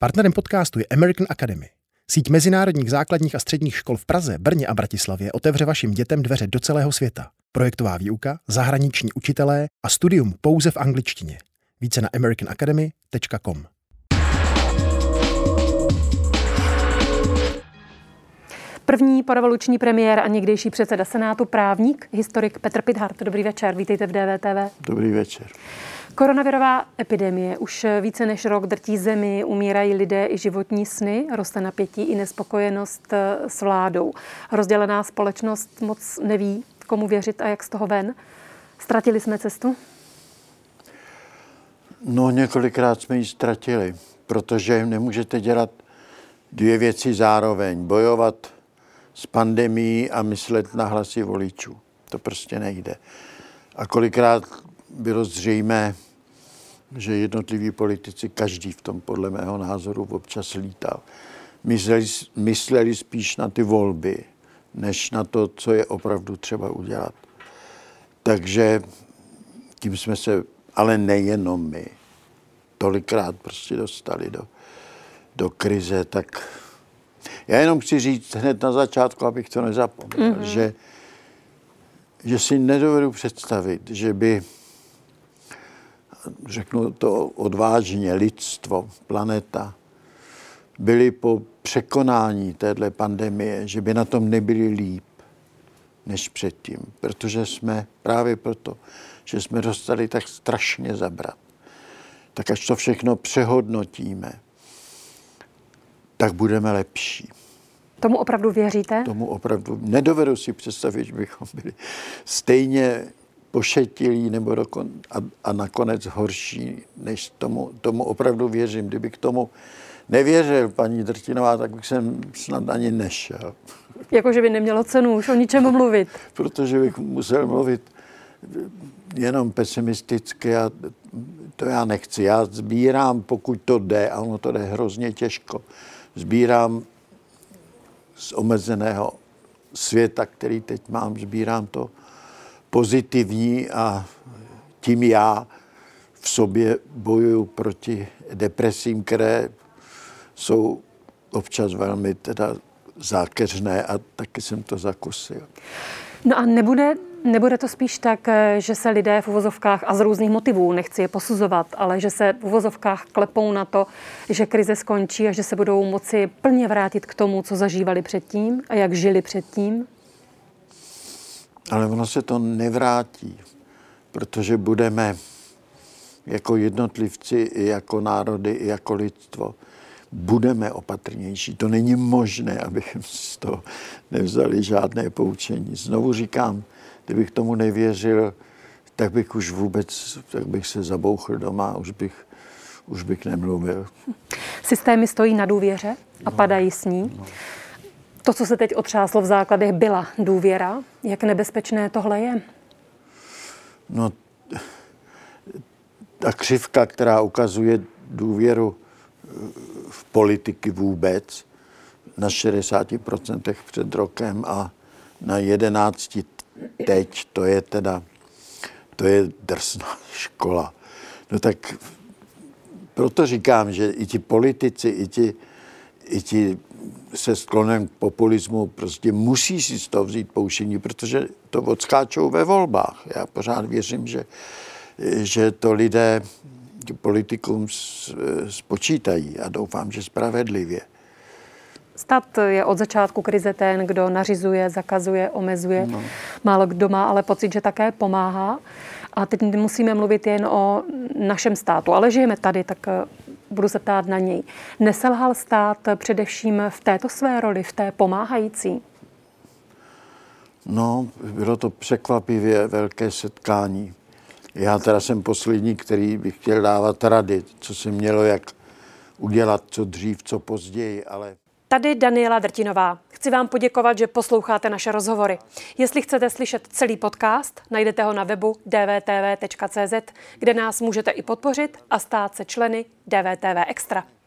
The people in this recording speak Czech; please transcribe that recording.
Partnerem podcastu je American Academy. Síť mezinárodních základních a středních škol v Praze, Brně a Bratislavě otevře vašim dětem dveře do celého světa. Projektová výuka, zahraniční učitelé a studium pouze v angličtině. Více na americanacademy.com. První porevoluční premiér a někdejší předseda Senátu, právník, historik Petr Pithart. Dobrý večer, vítejte v DVTV. Dobrý večer. Koronavirová epidemie už více než rok drtí zemi, umírají lidé i životní sny, roste napětí i nespokojenost s vládou. Rozdělená společnost moc neví, komu věřit a jak z toho ven. Ztratili jsme cestu? No, několikrát jsme ji ztratili, protože nemůžete dělat dvě věci zároveň. Bojovat s pandemií a myslet na hlasy voličů. To prostě nejde. A kolikrát bylo zřejmé, že jednotliví politici, každý v tom podle mého názoru občas lítal, mysleli spíš na ty volby, než na to, co je opravdu třeba udělat. Takže tím jsme se, ale nejenom my, tolikrát prostě dostali do krize, tak já jenom chci říct hned na začátku, abych to nezapomněl, že si nedovedu představit, že by, řeknu to odvážně, lidstvo, planeta, byli po překonání téhle pandemie, že by na tom nebyli líp než předtím. Protože jsme, právě proto, že jsme dostali tak strašně zabrat, tak až to všechno přehodnotíme, tak budeme lepší. Tomu opravdu věříte? Tomu opravdu nedovedu si představit, že bychom byli stejně pošetilí nebo a nakonec horší, než tomu opravdu věřím. Kdyby k tomu nevěřil paní Drtinová, tak bych sem snad ani nešel. Jakože by nemělo cenu už o ničem mluvit. Protože bych musel mluvit jenom pesimisticky a to já nechci. Já sbírám, pokud to jde, a ono to jde hrozně těžko, sbírám z omezeného světa, který teď mám, sbírám to pozitivní a tím já v sobě bojuju proti depresím, které jsou občas velmi teda zákeřné a taky jsem to zakusil. No a nebude to spíš tak, že se lidé v uvozovkách a z různých motivů, nechci je posuzovat, ale že se v uvozovkách klepou na to, že krize skončí a že se budou moci plně vrátit k tomu, co zažívali předtím a jak žili předtím? Ale ono se to nevrátí, protože budeme jako jednotlivci, i jako národy, i jako lidstvo, budeme opatrnější. To není možné, abychom z toho nevzali žádné poučení. Znovu říkám, kdybych tomu nevěřil, tak bych se zabouchl doma, už bych nemluvil. Systémy stojí na důvěře a padají s ní. To, co se teď otřáslo v základech, byla důvěra. Jak nebezpečné tohle je? No, ta křivka, která ukazuje důvěru v politiky vůbec, na 60% před rokem a na 11% teď, to je drsná škola. No tak proto říkám, že i ti politici, i ti se sklonem k populismu prostě musí si z toho vzít poučení, protože to odskáčou ve volbách. Já pořád věřím, že to lidé politikům spočítají a doufám, že spravedlivě. Stát je od začátku krize ten, kdo nařizuje, zakazuje, omezuje. No. Málo kdo má ale pocit, že také pomáhá. A teď musíme mluvit jen o našem státu. Ale žijeme tady, tak budu se ptát na něj. Neselhal stát především v této své roli, v té pomáhající? No, bylo to překvapivě velké setkání. Já teda jsem poslední, který bych chtěl dávat rady, co se mělo jak udělat, co dřív, co později, ale... Tady Daniela Drtinová. Chci vám poděkovat, že posloucháte naše rozhovory. Jestli chcete slyšet celý podcast, najdete ho na webu dvtv.cz, kde nás můžete i podpořit a stát se členy DVTV Extra.